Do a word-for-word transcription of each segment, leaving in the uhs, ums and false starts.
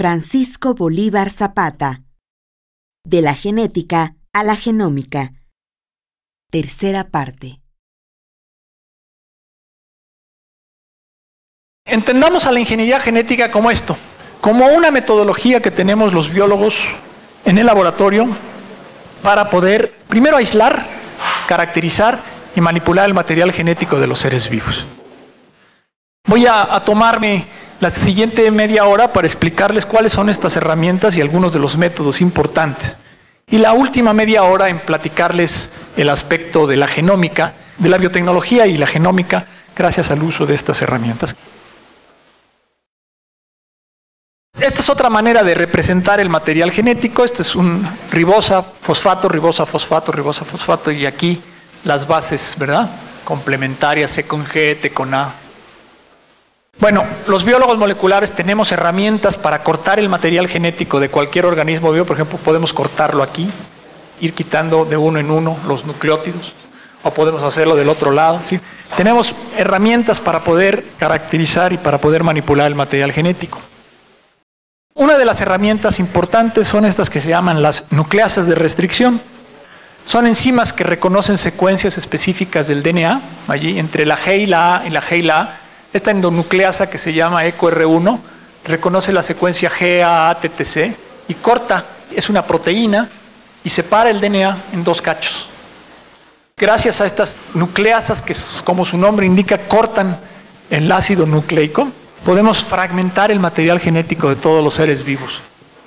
Francisco Bolívar Zapata. De la genética a la genómica. Tercera parte. Entendamos a la ingeniería genética como esto, como una metodología que tenemos los biólogos en el laboratorio para poder primero aislar, caracterizar y manipular el material genético de los seres vivos. Voy a, a tomarme la siguiente media hora para explicarles cuáles son estas herramientas y algunos de los métodos importantes. Y la última media hora en platicarles el aspecto de la genómica, de la biotecnología y la genómica gracias al uso de estas herramientas. Esta es otra manera de representar el material genético. Este es un ribosa, fosfato, ribosa, fosfato, ribosa, fosfato, y aquí las bases, ¿verdad? Complementarias, C con G, T con A. Bueno, los biólogos moleculares tenemos herramientas para cortar el material genético de cualquier organismo vivo. Por ejemplo, podemos cortarlo aquí, ir quitando de uno en uno los nucleótidos, o podemos hacerlo del otro lado, ¿sí? Tenemos herramientas para poder caracterizar y para poder manipular el material genético. Una de las herramientas importantes son estas que se llaman las nucleasas de restricción. Son enzimas que reconocen secuencias específicas del D N A, allí entre la G y la A y la G y la A. Esta endonucleasa que se llama E C O R uno reconoce la secuencia G A A T T C y corta, es una proteína, y separa el D N A en dos cachos. Gracias a estas nucleasas, que como su nombre indica, cortan el ácido nucleico, podemos fragmentar el material genético de todos los seres vivos.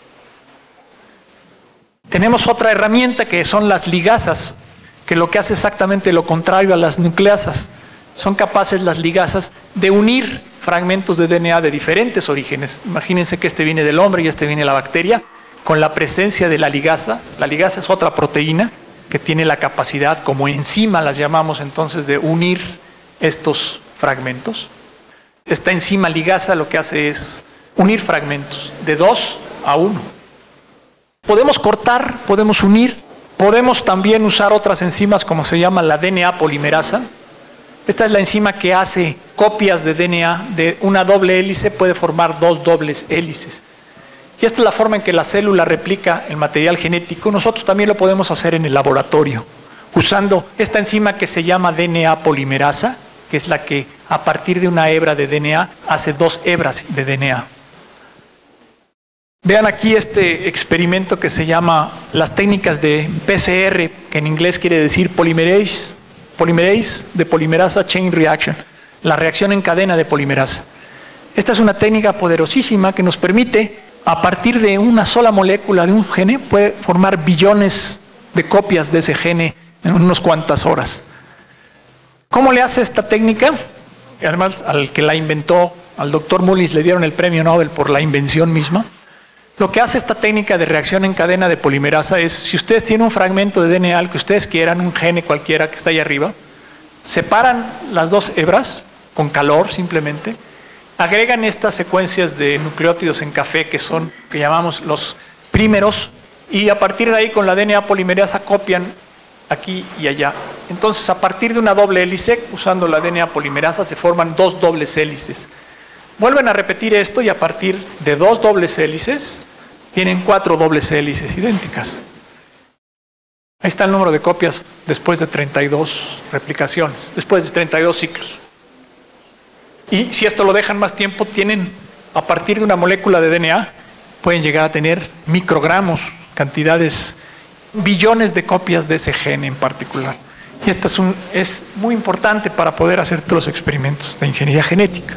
Tenemos otra herramienta que son las ligasas, que lo que hace exactamente lo contrario a las nucleasas. Son capaces las ligasas de unir fragmentos de D N A de diferentes orígenes. Imagínense que este viene del hombre y este viene de la bacteria, con la presencia de la ligasa. La ligasa es otra proteína que tiene la capacidad, como enzima las llamamos entonces, de unir estos fragmentos. Esta enzima ligasa lo que hace es unir fragmentos de dos a uno. Podemos cortar, podemos unir, podemos también usar otras enzimas como se llama la D N A polimerasa. Esta es la enzima que hace copias de D N A de una doble hélice, puede formar dos dobles hélices. Y esta es la forma en que la célula replica el material genético. Nosotros también lo podemos hacer en el laboratorio, usando esta enzima que se llama D N A polimerasa, que es la que a partir de una hebra de D N A hace dos hebras de D N A. Vean aquí este experimento que se llama las técnicas de P C R, que en inglés quiere decir Polymerase, Polymerase de Polimerasa Chain Reaction, la reacción en cadena de polimerasa. Esta es una técnica poderosísima que nos permite, a partir de una sola molécula de un gene, puede formar billones de copias de ese gene en unas cuantas horas. ¿Cómo le hace esta técnica? Además, al que la inventó, al doctor Mullins, le dieron el premio Nobel por la invención misma. Lo que hace esta técnica de reacción en cadena de polimerasa es, si ustedes tienen un fragmento de D N A al que ustedes quieran, un gene cualquiera que está ahí arriba, separan las dos hebras con calor simplemente, agregan estas secuencias de nucleótidos en café que son, que llamamos los prímeros, y a partir de ahí con la D N A polimerasa copian aquí y allá. Entonces, a partir de una doble hélice, usando la D N A polimerasa, se forman dos dobles hélices. Vuelven a repetir esto y a partir de dos dobles hélices, tienen cuatro dobles hélices idénticas. Ahí está el número de copias después de treinta y dos replicaciones, después de treinta y dos ciclos. Y si esto lo dejan más tiempo, tienen, a partir de una molécula de D N A, pueden llegar a tener microgramos, cantidades, billones de copias de ese gene en particular. Y esto es, un, es muy importante para poder hacer todos los experimentos de ingeniería genética.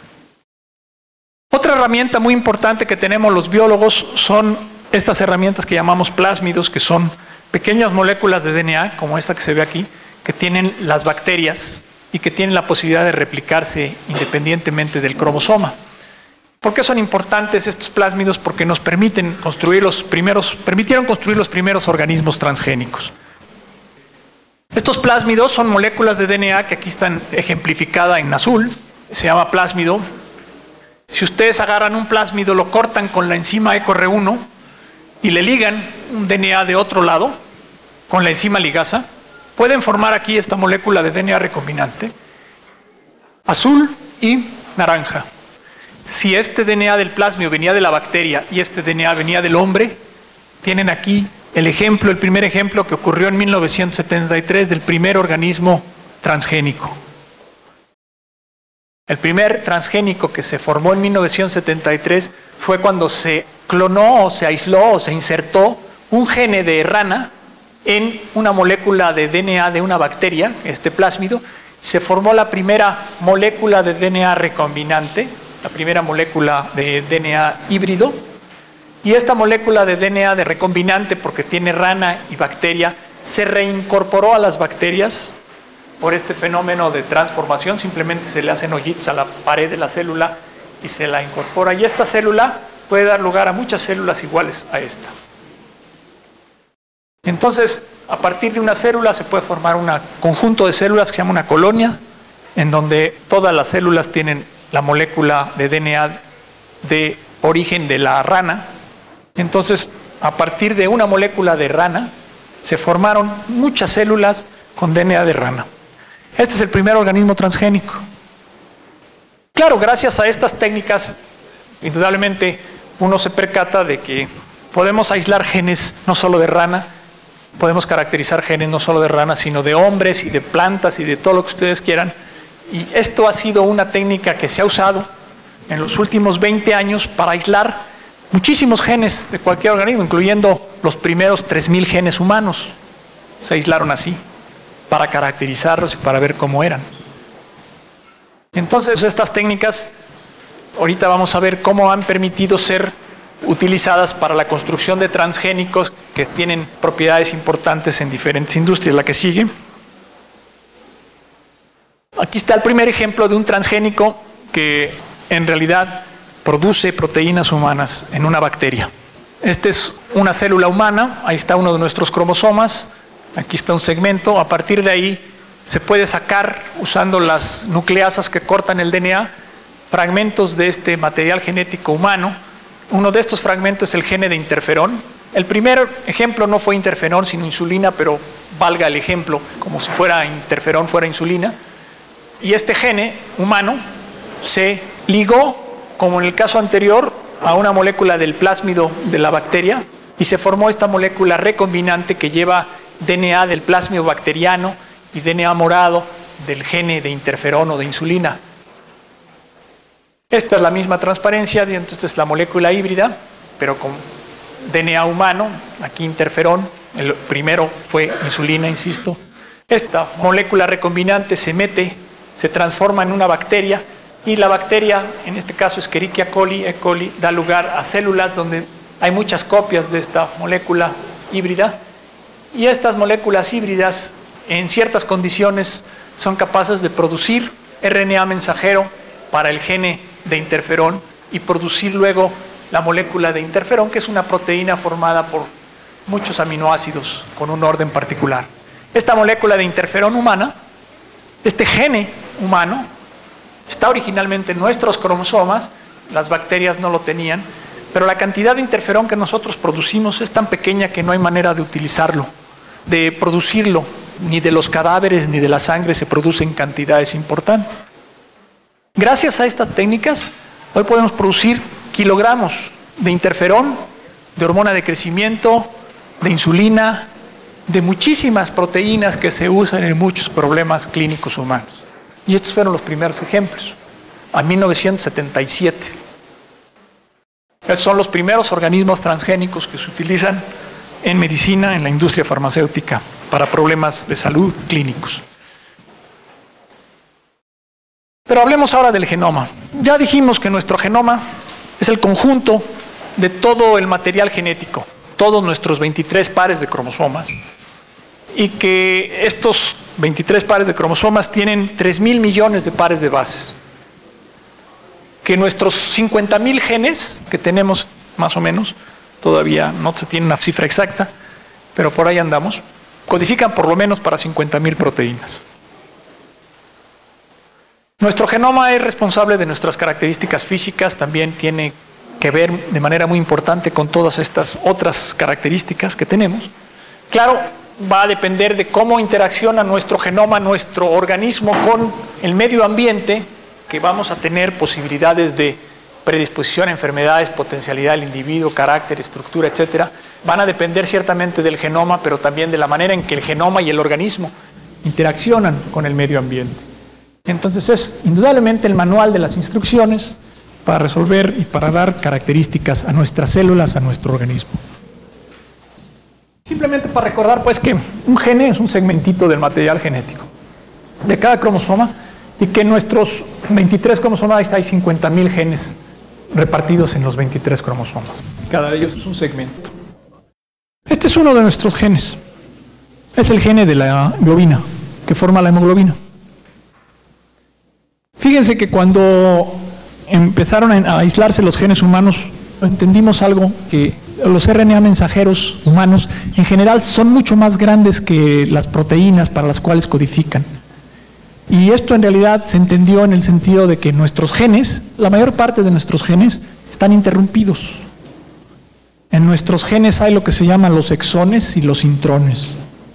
Otra herramienta muy importante que tenemos los biólogos son estas herramientas que llamamos plásmidos, que son pequeñas moléculas de D N A, como esta que se ve aquí, que tienen las bacterias y que tienen la posibilidad de replicarse independientemente del cromosoma. ¿Por qué son importantes estos plásmidos? Porque nos permiten construir los primeros, permitieron construir los primeros organismos transgénicos. Estos plásmidos son moléculas de D N A que aquí están ejemplificadas en azul, se llama plásmido. Si ustedes agarran un plásmido, lo cortan con la enzima E C O R uno y le ligan un D N A de otro lado con la enzima ligasa, pueden formar aquí esta molécula de D N A recombinante, azul y naranja. si este D N A del plásmido venía de la bacteria y este D N A venía del hombre, tienen aquí el ejemplo, el primer ejemplo que ocurrió en mil novecientos setenta y tres del primer organismo transgénico. El primer transgénico que se formó en mil novecientos setenta y tres fue cuando se clonó o se aisló o se insertó un gene de rana en una molécula de D N A de una bacteria, este plásmido. Se formó la primera molécula de D N A recombinante, la primera molécula de D N A híbrido, y esta molécula de D N A de recombinante, porque tiene rana y bacteria, se reincorporó a las bacterias por este fenómeno de transformación. Simplemente se le hacen hoyitos a la pared de la célula y se la incorpora, y esta célula puede dar lugar a muchas células iguales a esta. Entonces, a partir de una célula se puede formar un conjunto de células que se llama una colonia, en donde todas las células tienen la molécula de D N A de origen de la rana. Entonces, a partir de una molécula de rana, se formaron muchas células con D N A de rana. Este es el primer organismo transgénico. Claro, gracias a estas técnicas, indudablemente uno se percata de que podemos aislar genes no solo de rana, podemos caracterizar genes no solo de rana, sino de hombres y de plantas y de todo lo que ustedes quieran. Y esto ha sido una técnica que se ha usado en los últimos veinte años para aislar muchísimos genes de cualquier organismo, incluyendo los primeros tres mil genes humanos. Se aislaron así, para caracterizarlos y para ver cómo eran. Entonces, estas técnicas, ahorita vamos a ver cómo han permitido ser utilizadas para la construcción de transgénicos que tienen propiedades importantes en diferentes industrias. La que sigue. Aquí está el primer ejemplo de un transgénico que en realidad produce proteínas humanas en una bacteria. Esta es una célula humana, ahí está uno de nuestros cromosomas, aquí está un segmento. A partir de ahí se puede sacar, usando las nucleasas que cortan el D N A, fragmentos de este material genético humano. Uno de estos fragmentos es el gene de interferón. El primer ejemplo no fue interferón, sino insulina, pero valga el ejemplo, como si fuera interferón, fuera insulina. Y este gene humano se ligó, como en el caso anterior, a una molécula del plásmido de la bacteria, y se formó esta molécula recombinante que lleva D N A del plásmido bacteriano y D N A morado del gene de interferón o de insulina. Esta es la misma transparencia, entonces la molécula híbrida, pero con D N A humano, aquí interferón, el primero fue insulina, insisto. Esta molécula recombinante se mete, se transforma en una bacteria, y la bacteria, en este caso Escherichia coli, E. coli, da lugar a células donde hay muchas copias de esta molécula híbrida, y estas moléculas híbridas, en ciertas condiciones, son capaces de producir R N A mensajero para el gene de interferón y producir luego la molécula de interferón, que es una proteína formada por muchos aminoácidos con un orden particular. Esta molécula de interferón humana, este gene humano, está originalmente en nuestros cromosomas, las bacterias no lo tenían, pero la cantidad de interferón que nosotros producimos es tan pequeña que no hay manera de utilizarlo, de producirlo, ni de los cadáveres ni de la sangre se producen cantidades importantes. Gracias a estas técnicas, hoy podemos producir kilogramos de interferón, de hormona de crecimiento, de insulina, de muchísimas proteínas que se usan en muchos problemas clínicos humanos. Y estos fueron los primeros ejemplos, a mil novecientos setenta y siete. Estos son los primeros organismos transgénicos que se utilizan en medicina, en la industria farmacéutica, para problemas de salud clínicos. Pero hablemos ahora del genoma. Ya dijimos que nuestro genoma es el conjunto de todo el material genético, todos nuestros veintitrés pares de cromosomas, y que estos veintitrés pares de cromosomas tienen tres mil millones de pares de bases. Que nuestros cincuenta mil genes que tenemos, más o menos, todavía no se tiene una cifra exacta, pero por ahí andamos, codifican por lo menos para cincuenta mil proteínas. Nuestro genoma es responsable de nuestras características físicas, también tiene que ver de manera muy importante con todas estas otras características que tenemos. Claro, va a depender de cómo interacciona nuestro genoma, nuestro organismo con el medio ambiente, que vamos a tener posibilidades de predisposición a enfermedades, potencialidad del individuo, carácter, estructura, etcétera, van a depender ciertamente del genoma, pero también de la manera en que el genoma y el organismo interaccionan con el medio ambiente. Entonces es indudablemente el manual de las instrucciones para resolver y para dar características a nuestras células, a nuestro organismo. Simplemente para recordar pues que un gene es un segmentito del material genético de cada cromosoma y que en nuestros veintitrés cromosomas hay cincuenta mil genes repartidos en los veintitrés cromosomas. Cada de ellos es un segmento. Este es uno de nuestros genes. Es el gene de la globina, que forma la hemoglobina. Fíjense que cuando empezaron a aislarse los genes humanos, entendimos algo, que los R N A mensajeros humanos en general son mucho más grandes que las proteínas para las cuales codifican. Y esto en realidad se entendió en el sentido de que nuestros genes, la mayor parte de nuestros genes, están interrumpidos. En nuestros genes hay lo que se llaman los exones y los intrones.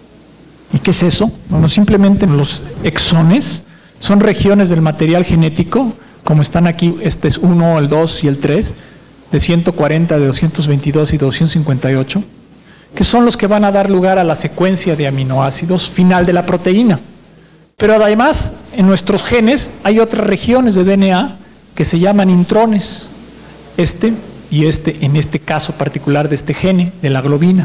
¿Y qué es eso? Bueno, simplemente los exones son regiones del material genético, como están aquí, este es uno, el dos y el tres, de ciento cuarenta, de doscientos veintidós y doscientos cincuenta y ocho, que son los que van a dar lugar a la secuencia de aminoácidos final de la proteína. Pero además, en nuestros genes hay otras regiones de D N A que se llaman intrones, este y este, en este caso particular de este gene, de la globina.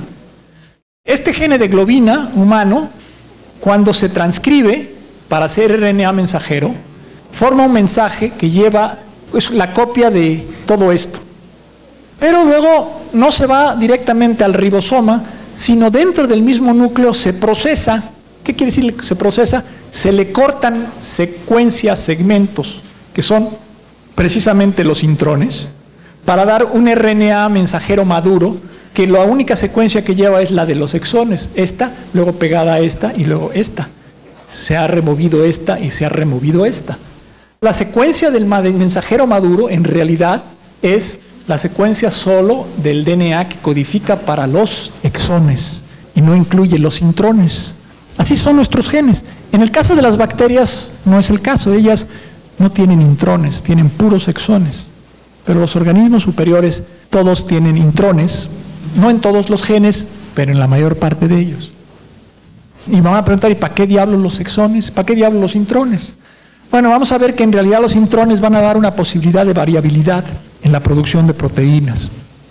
Este gene de globina humano, cuando se transcribe para ser R N A mensajero, forma un mensaje que lleva pues, la copia de todo esto. Pero luego no se va directamente al ribosoma, sino dentro del mismo núcleo se procesa. ¿Qué quiere decir que se procesa? Se le cortan secuencias, segmentos, que son precisamente los intrones, para dar un R N A mensajero maduro, que la única secuencia que lleva es la de los exones, esta, luego pegada a esta y luego esta. Se ha removido esta y se ha removido esta. La secuencia del mensajero maduro en realidad es la secuencia solo del D N A que codifica para los exones y no incluye los intrones. Así son nuestros genes. En el caso de las bacterias no es el caso, ellas no tienen intrones, tienen puros exones. Pero los organismos superiores todos tienen intrones, no en todos los genes, pero en la mayor parte de ellos. Y me van a preguntar, ¿y para qué diablos los exones? ¿Para qué diablos los intrones? Bueno, vamos a ver que en realidad los intrones van a dar una posibilidad de variabilidad en la producción de proteínas.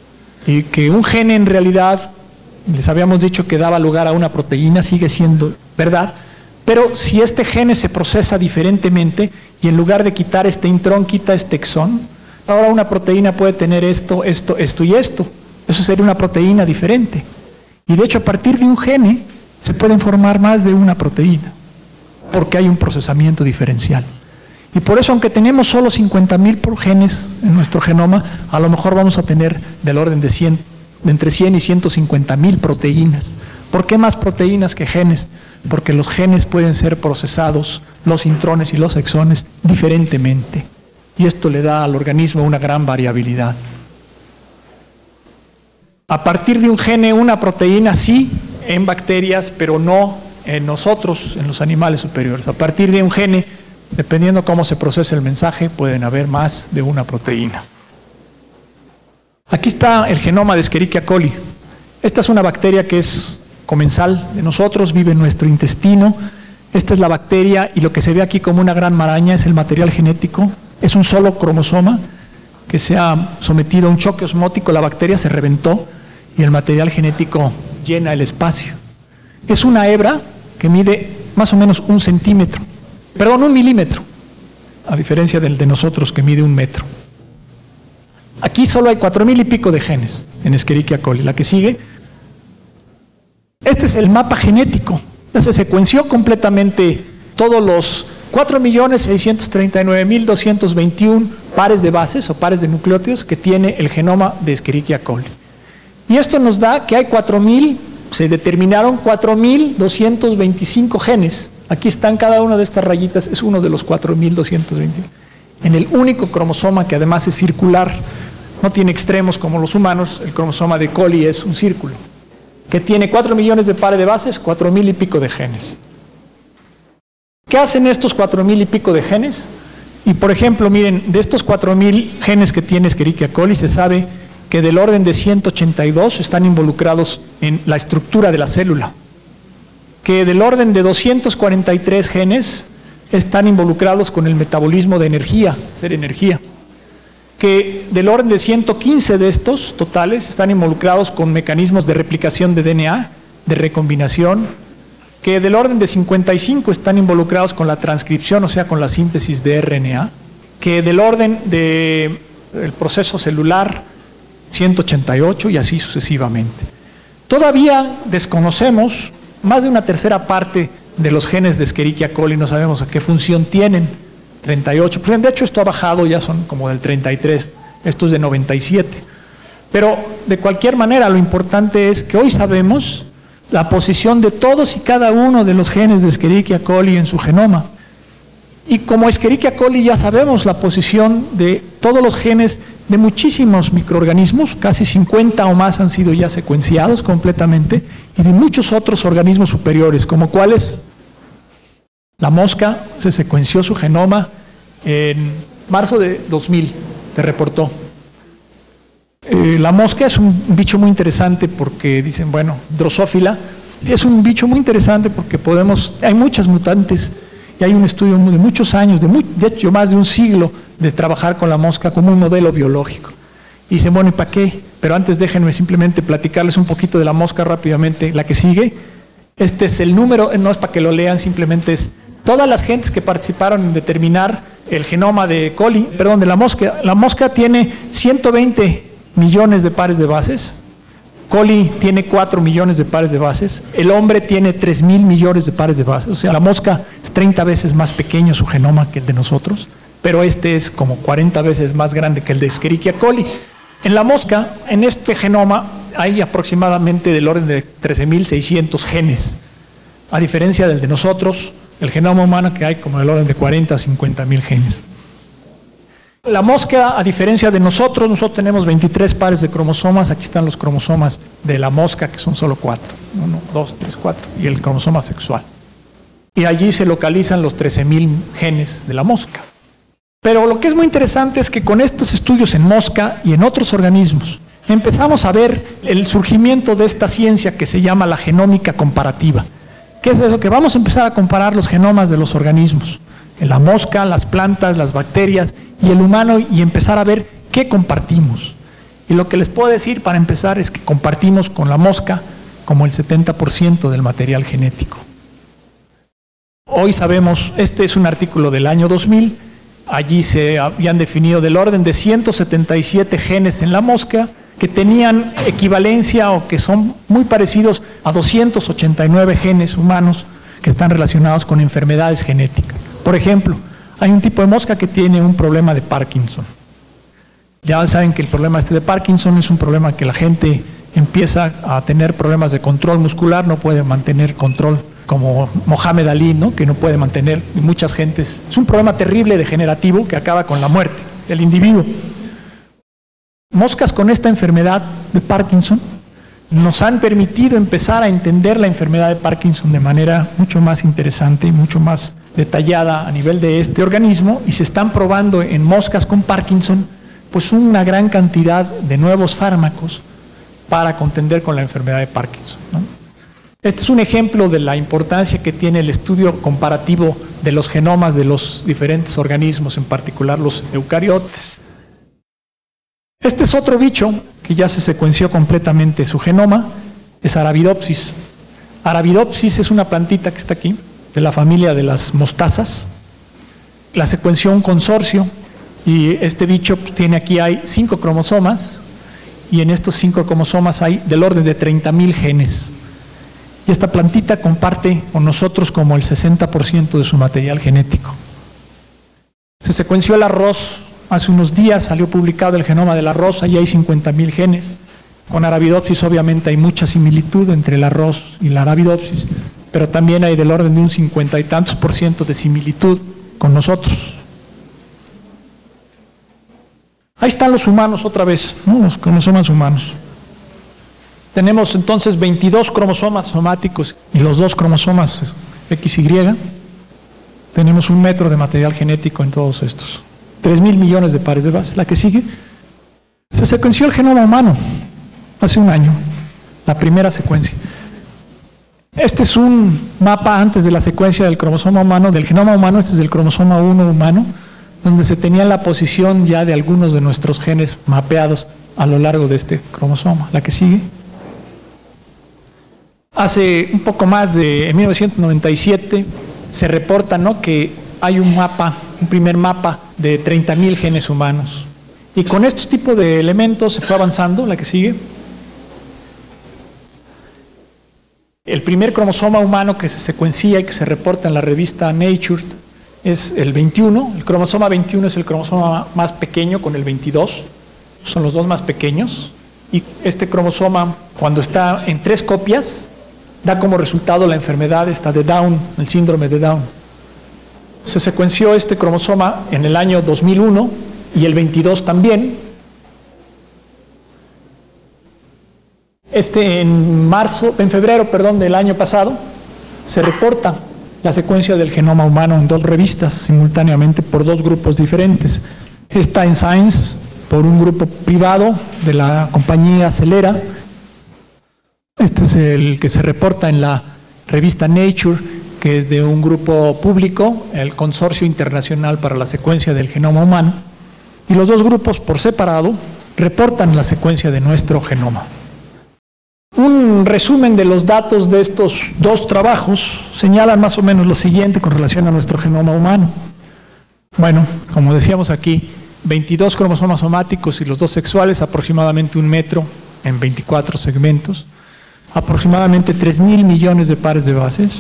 Y que un gene en realidad, les habíamos dicho que daba lugar a una proteína, sigue siendo verdad, pero si este gene se procesa diferentemente y en lugar de quitar este intrón, quita este exón, ahora una proteína puede tener esto, esto, esto y esto. Eso sería una proteína diferente. Y de hecho a partir de un gene se pueden formar más de una proteína, porque hay un procesamiento diferencial. Y por eso, aunque tenemos solo cincuenta mil genes en nuestro genoma, a lo mejor vamos a tener del orden de, cien, de entre cien y ciento cincuenta mil proteínas. ¿Por qué más proteínas que genes? Porque los genes pueden ser procesados, los intrones y los exones, diferentemente. Y esto le da al organismo una gran variabilidad. A partir de un gene, una proteína sí, en bacterias, pero no en nosotros, en los animales superiores. A partir de un gene, dependiendo cómo se procesa el mensaje, pueden haber más de una proteína. Aquí está el genoma de Escherichia coli. Esta es una bacteria que es comensal de nosotros, vive en nuestro intestino. Esta es la bacteria y lo que se ve aquí como una gran maraña es el material genético. Es un solo cromosoma que se ha sometido a un choque osmótico, la bacteria se reventó y el material genético llena el espacio. Es una hebra que mide más o menos un centímetro, perdón, un milímetro, a diferencia del de nosotros que mide un metro. Aquí solo hay cuatro mil y pico de genes en Escherichia coli. La que sigue, este es el mapa genético. Se secuenció completamente todos los cuatro millones seiscientos treinta y nueve mil doscientos veintiuno pares de bases o pares de nucleótidos que tiene el genoma de Escherichia coli. Y esto nos da que hay cuatro mil, se determinaron cuatro mil doscientos veinticinco genes. Aquí están cada una de estas rayitas, es uno de los cuatro mil doscientos veintiuno. En el único cromosoma que además es circular, no tiene extremos como los humanos, el cromosoma de coli es un círculo, que tiene cuatro millones de pares de bases, cuatro mil y pico de genes. ¿Qué hacen estos cuatro mil y pico de genes? Y por ejemplo, miren, de estos cuatro mil genes que tiene Escherichia coli, se sabe que del orden de ciento ochenta y dos están involucrados en la estructura de la célula, que del orden de doscientos cuarenta y tres genes están involucrados con el metabolismo de energía, hacer energía, que del orden de ciento quince de estos totales están involucrados con mecanismos de replicación de D N A, de recombinación, que del orden de cincuenta y cinco están involucrados con la transcripción, o sea, con la síntesis de R N A, que del orden del proceso celular, ciento ochenta y ocho y así sucesivamente. Todavía desconocemos más de una tercera parte de los genes de Escherichia coli, no sabemos a qué función tienen, treinta y ocho por ciento, de hecho esto ha bajado, ya son como del treinta y tres, esto es de noventa y siete. Pero de cualquier manera lo importante es que hoy sabemos la posición de todos y cada uno de los genes de Escherichia coli en su genoma. Y como Escherichia coli ya sabemos la posición de todos los genes de muchísimos microorganismos, casi cincuenta o más han sido ya secuenciados completamente, y de muchos otros organismos superiores, como cuáles. La mosca se secuenció su genoma en marzo de dos mil, se reportó. Eh, la mosca es un bicho muy interesante porque dicen, bueno, drosófila, es un bicho muy interesante porque podemos, hay muchas mutantes y hay un estudio de muchos años, de, muy, de hecho más de un siglo, de trabajar con la mosca como un modelo biológico. Y dicen, bueno, ¿y para qué? Pero antes déjenme simplemente platicarles un poquito de la mosca rápidamente, la que sigue. Este es el número, no es para que lo lean, simplemente es todas las gentes que participaron en determinar el genoma de coli, perdón, de la mosca. La mosca tiene ciento veinte millones de pares de bases, coli tiene cuatro millones de pares de bases, el hombre tiene tres mil millones de pares de bases, o sea, la mosca es treinta veces más pequeño su genoma que el de nosotros, pero este es como cuarenta veces más grande que el de Escherichia coli. En la mosca, en este genoma, hay aproximadamente del orden de trece mil seiscientos genes, a diferencia del de nosotros, el genoma humano, que hay como del orden de cuarenta a cincuenta mil genes. La mosca, a diferencia de nosotros, nosotros tenemos veintitrés pares de cromosomas, aquí están los cromosomas de la mosca, que son solo cuatro, uno, dos, tres, cuatro, y el cromosoma sexual. Y allí se localizan los trece mil genes de la mosca. Pero lo que es muy interesante es que con estos estudios en mosca y en otros organismos, empezamos a ver el surgimiento de esta ciencia que se llama la genómica comparativa. ¿Qué es eso? Que vamos a empezar a comparar los genomas de los organismos, en la mosca, las plantas, las bacterias y el humano, y empezar a ver qué compartimos. Y lo que les puedo decir para empezar es que compartimos con la mosca como el setenta por ciento del material genético. Hoy sabemos, este es un artículo del año dos mil, allí se habían definido del orden de ciento setenta y siete genes en la mosca que tenían equivalencia o que son muy parecidos a doscientos ochenta y nueve genes humanos que están relacionados con enfermedades genéticas. Por ejemplo, hay un tipo de mosca que tiene un problema de Parkinson. Ya saben que el problema este de Parkinson es un problema que la gente empieza a tener problemas de control muscular, no puede mantener control, como Mohamed Ali, ¿no? Que no puede mantener, y muchas gentes. Es un problema terrible degenerativo que acaba con la muerte del individuo. Moscas con esta enfermedad de Parkinson nos han permitido empezar a entender la enfermedad de Parkinson de manera mucho más interesante y mucho más detallada a nivel de este organismo, y se están probando en moscas con Parkinson pues una gran cantidad de nuevos fármacos para contender con la enfermedad de Parkinson, ¿no? Este es un ejemplo de la importancia que tiene el estudio comparativo de los genomas de los diferentes organismos, en particular los eucariotes. Este es otro bicho que ya se secuenció completamente su genoma, es Arabidopsis. Arabidopsis es una plantita que está aquí, de la familia de las mostazas. La secuenció un consorcio y este bicho tiene aquí, hay cinco cromosomas, y en estos cinco cromosomas hay del orden de treinta mil genes. Y esta plantita comparte con nosotros como el sesenta por ciento de su material genético. Se secuenció el arroz hace unos días, salió publicado el genoma del arroz, allí hay cincuenta mil genes. Con Arabidopsis obviamente hay mucha similitud entre el arroz y la Arabidopsis, pero también hay del orden de un cincuenta y tantos por ciento de similitud con nosotros. Ahí están los humanos otra vez, ¿no? Los cromosomas humanos. Tenemos entonces veintidós cromosomas somáticos y los dos cromosomas equis y. Tenemos un metro de material genético en todos estos. Tres mil millones de pares de bases. La que sigue. Se secuenció el genoma humano hace un año, la primera secuencia. Este es un mapa antes de la secuencia del cromosoma humano, del genoma humano. Este es el cromosoma uno humano, donde se tenía la posición ya de algunos de nuestros genes mapeados a lo largo de este cromosoma. La que sigue. Hace un poco más de, en mil novecientos noventa y siete, se reporta, ¿no?, que hay un mapa, un primer mapa de treinta mil genes humanos. Y con estos tipos de elementos se fue avanzando. La que sigue. El primer cromosoma humano que se secuencia y que se reporta en la revista Nature es el veintiuno. El cromosoma veintiuno es el cromosoma más pequeño con el veintidós. Son los dos más pequeños. Y este cromosoma, cuando está en tres copias, da como resultado la enfermedad esta de Down, el síndrome de Down. Se secuenció este cromosoma en el año dos mil uno y el veintidós también. Este en marzo, en febrero, perdón, del año pasado, se reporta la secuencia del genoma humano en dos revistas simultáneamente por dos grupos diferentes. Está en Science por un grupo privado de la compañía Celera. Este es el que se reporta en la revista Nature, que es de un grupo público, el Consorcio Internacional para la Secuencia del Genoma Humano. Y los dos grupos por separado reportan la secuencia de nuestro genoma. Un resumen de los datos de estos dos trabajos señala más o menos lo siguiente con relación a nuestro genoma humano. Bueno, como decíamos aquí, veintidós cromosomas somáticos y los dos sexuales, aproximadamente un metro en veinticuatro segmentos, aproximadamente tres mil millones de pares de bases.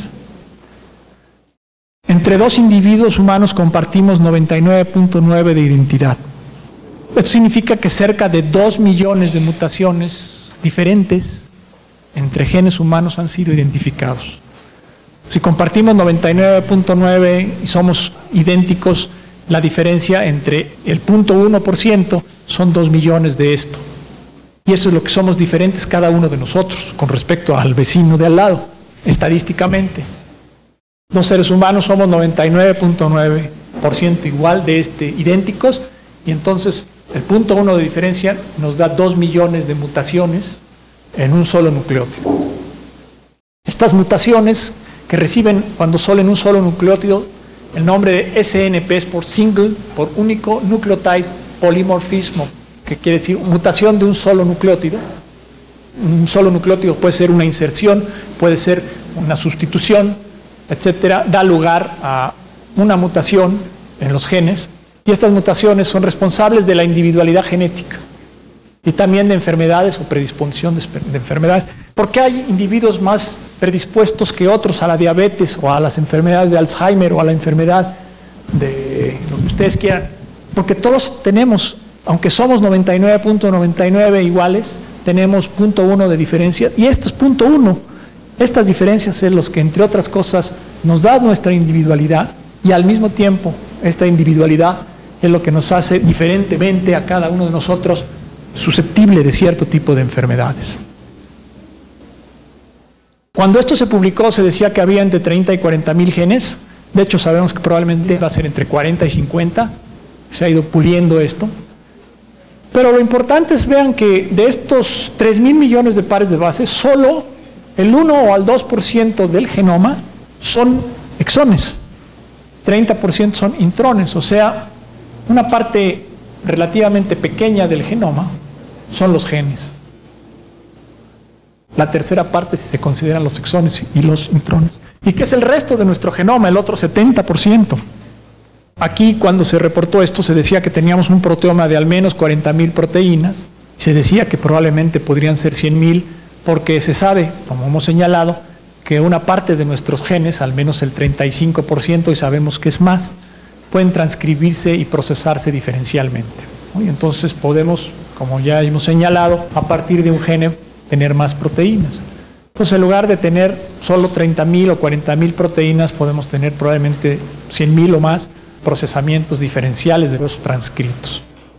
Entre dos individuos humanos compartimos noventa y nueve punto nueve de identidad. Esto significa que cerca de dos millones de mutaciones diferentes entre genes humanos han sido identificados. Si compartimos noventa y nueve punto nueve y somos idénticos, la diferencia entre el cero punto uno por ciento son dos millones de esto. Y eso es lo que somos diferentes cada uno de nosotros con respecto al vecino de al lado, estadísticamente. Los seres humanos somos noventa y nueve punto nueve por ciento igual de este, idénticos, y entonces el punto uno de diferencia nos da dos millones de mutaciones en un solo nucleótido. Estas mutaciones que reciben cuando solo en un solo nucleótido, el nombre de S N P es por single, por único nucleotide polimorfismo, que quiere decir mutación de un solo nucleótido. Un solo nucleótido puede ser una inserción, puede ser una sustitución, etcétera, da lugar a una mutación en los genes, y estas mutaciones son responsables de la individualidad genética y también de enfermedades o predisposición de, de enfermedades, porque hay individuos más predispuestos que otros a la diabetes o a las enfermedades de Alzheimer o a la enfermedad de lo que ustedes quieran, porque todos tenemos, aunque somos noventa y nueve punto noventa y nueve iguales, tenemos punto uno de diferencia, y estos punto uno, estas diferencias es los que, entre otras cosas, nos da nuestra individualidad, y al mismo tiempo esta individualidad es lo que nos hace diferentemente a cada uno de nosotros susceptible de cierto tipo de enfermedades. Cuando esto se publicó se decía que había entre treinta y cuarenta mil genes. De hecho sabemos que probablemente va a ser entre cuarenta y cincuenta. Se ha ido puliendo esto. Pero lo importante es, vean que de estos tres mil millones de pares de bases, solo el uno o al dos por ciento del genoma son exones. treinta por ciento son intrones, o sea, una parte relativamente pequeña del genoma son los genes. La tercera parte si se consideran los exones y los intrones. ¿Y qué es el resto de nuestro genoma? El otro setenta por ciento. Aquí cuando se reportó esto se decía que teníamos un proteoma de al menos cuarenta mil proteínas. Se decía que probablemente podrían ser cien mil, porque se sabe, como hemos señalado, que una parte de nuestros genes, al menos el treinta y cinco por ciento, y sabemos que es más, pueden transcribirse y procesarse diferencialmente. Y entonces podemos, como ya hemos señalado, a partir de un gene tener más proteínas. Entonces, en lugar de tener solo treinta mil o cuarenta mil proteínas, podemos tener probablemente cien mil o más procesamientos diferenciales de los transcritos.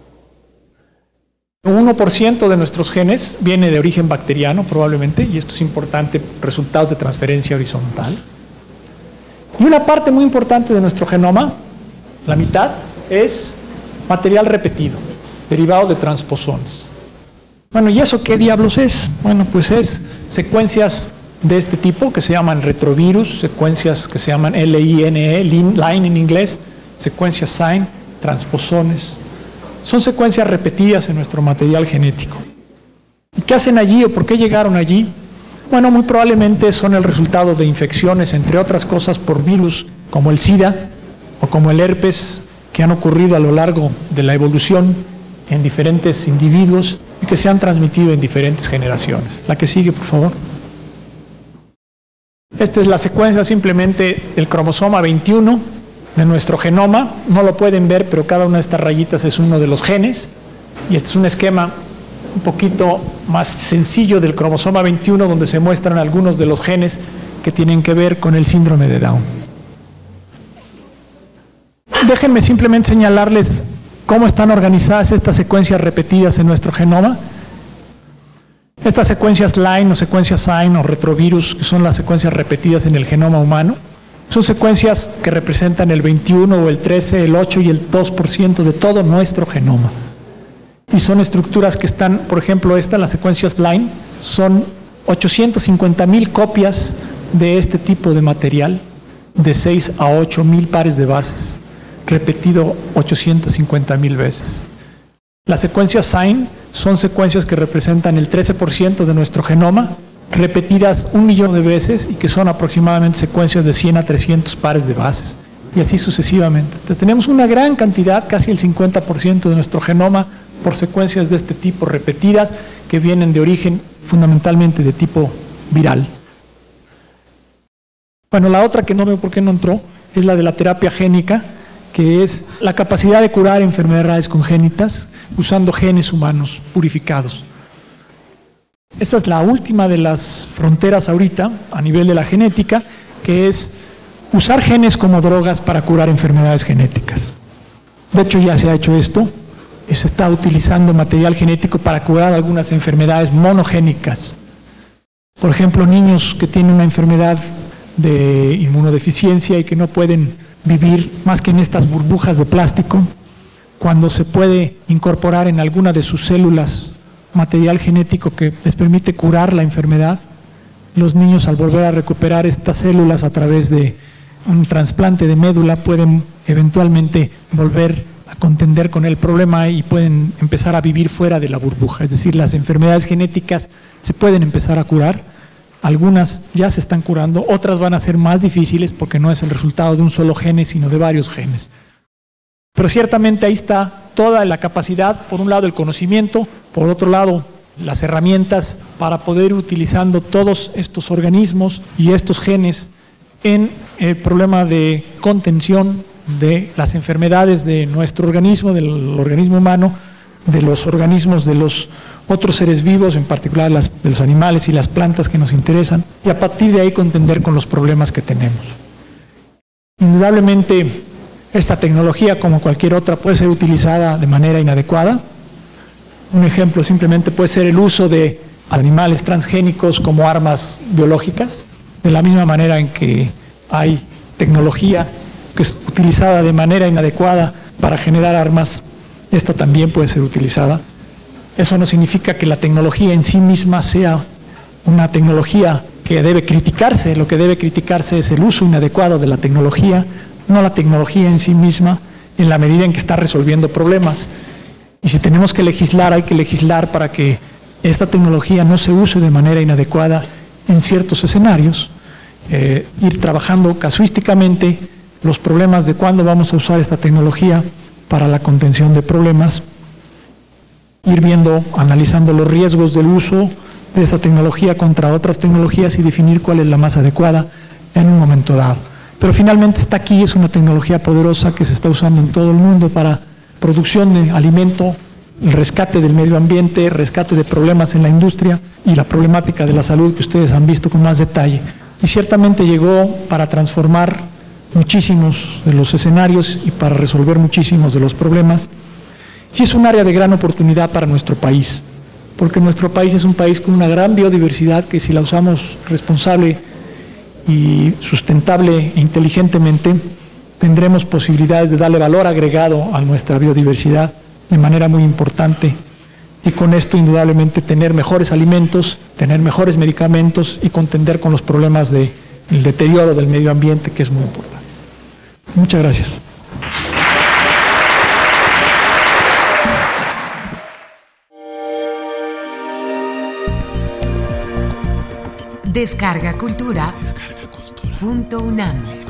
uno por ciento de nuestros genes viene de origen bacteriano, probablemente, y esto es importante, resultados de transferencia horizontal. Y una parte muy importante de nuestro genoma, la mitad, es material repetido, derivado de transposones. Bueno, ¿y eso qué diablos es? Bueno, pues es secuencias de este tipo que se llaman retrovirus, secuencias que se llaman L I N E, line en inglés, secuencias S I N, transposones. Son secuencias repetidas en nuestro material genético. ¿Y qué hacen allí o por qué llegaron allí? Bueno, muy probablemente son el resultado de infecciones, entre otras cosas, por virus como el SIDA o como el herpes, que han ocurrido a lo largo de la evolución en diferentes individuos y que se han transmitido en diferentes generaciones. La que sigue, por favor. Esta es la secuencia simplemente del cromosoma veintiuno de nuestro genoma. No lo pueden ver, pero cada una de estas rayitas es uno de los genes. Y este es un esquema un poquito más sencillo del cromosoma veintiuno, donde se muestran algunos de los genes que tienen que ver con el síndrome de Down. Déjenme simplemente señalarles cómo están organizadas estas secuencias repetidas en nuestro genoma. Estas secuencias line o secuencias S I N o retrovirus, que son las secuencias repetidas en el genoma humano, son secuencias que representan el veintiuno o el trece, el ocho y el dos por ciento de todo nuestro genoma. Y son estructuras que están, por ejemplo, esta, las secuencias line, son ochocientas cincuenta mil copias de este tipo de material, de seis a ocho mil pares de bases, repetido ochocientas cincuenta mil veces. Las secuencias S I N son secuencias que representan el trece por ciento de nuestro genoma, repetidas un millón de veces y que son aproximadamente secuencias de cien a trescientos pares de bases, y así sucesivamente. Entonces tenemos una gran cantidad, casi el cincuenta por ciento de nuestro genoma, por secuencias de este tipo repetidas que vienen de origen fundamentalmente de tipo viral. Bueno, la otra que no veo por qué no entró es la de la terapia génica, que es la capacidad de curar enfermedades congénitas usando genes humanos purificados. Esa es la última de las fronteras ahorita a nivel de la genética, que es usar genes como drogas para curar enfermedades genéticas. De hecho, ya se ha hecho esto. Se está utilizando material genético para curar algunas enfermedades monogénicas. Por ejemplo, niños que tienen una enfermedad de inmunodeficiencia y que no pueden vivir más que en estas burbujas de plástico, cuando se puede incorporar en alguna de sus células material genético que les permite curar la enfermedad, los niños, al volver a recuperar estas células a través de un trasplante de médula, pueden eventualmente volver a contender con el problema y pueden empezar a vivir fuera de la burbuja. Es decir, las enfermedades genéticas se pueden empezar a curar, algunas ya se están curando, otras van a ser más difíciles porque no es el resultado de un solo gene, sino de varios genes. Pero ciertamente ahí está toda la capacidad, por un lado el conocimiento, por otro lado las herramientas para poder ir utilizando todos estos organismos y estos genes en el problema de contención de las enfermedades de nuestro organismo, del organismo humano, de los organismos de los otros seres vivos, en particular las, de los animales y las plantas que nos interesan, y a partir de ahí contender con los problemas que tenemos. Indudablemente, esta tecnología, como cualquier otra, puede ser utilizada de manera inadecuada. Un ejemplo simplemente puede ser el uso de animales transgénicos como armas biológicas, de la misma manera en que hay tecnología que es utilizada de manera inadecuada para generar armas, esta también puede ser utilizada. Eso no significa que la tecnología en sí misma sea una tecnología que debe criticarse. Lo que debe criticarse es el uso inadecuado de la tecnología, no la tecnología en sí misma, en la medida en que está resolviendo problemas. Y si tenemos que legislar, hay que legislar para que esta tecnología no se use de manera inadecuada en ciertos escenarios, eh, ir trabajando casuísticamente los problemas de cuándo vamos a usar esta tecnología para la contención de problemas, ir viendo, analizando los riesgos del uso de esta tecnología contra otras tecnologías y definir cuál es la más adecuada en un momento dado. Pero finalmente está aquí, es una tecnología poderosa que se está usando en todo el mundo para producción de alimento, el rescate del medio ambiente, rescate de problemas en la industria y la problemática de la salud que ustedes han visto con más detalle. Y ciertamente llegó para transformar muchísimos de los escenarios y para resolver muchísimos de los problemas. Y es un área de gran oportunidad para nuestro país, porque nuestro país es un país con una gran biodiversidad que si la usamos responsable y sustentable e inteligentemente, tendremos posibilidades de darle valor agregado a nuestra biodiversidad de manera muy importante, y con esto indudablemente tener mejores alimentos, tener mejores medicamentos y contender con los problemas del deterioro del medio ambiente, que es muy importante. Muchas gracias. Descarga Cultura. Descarga Cultura. Punto UNAM.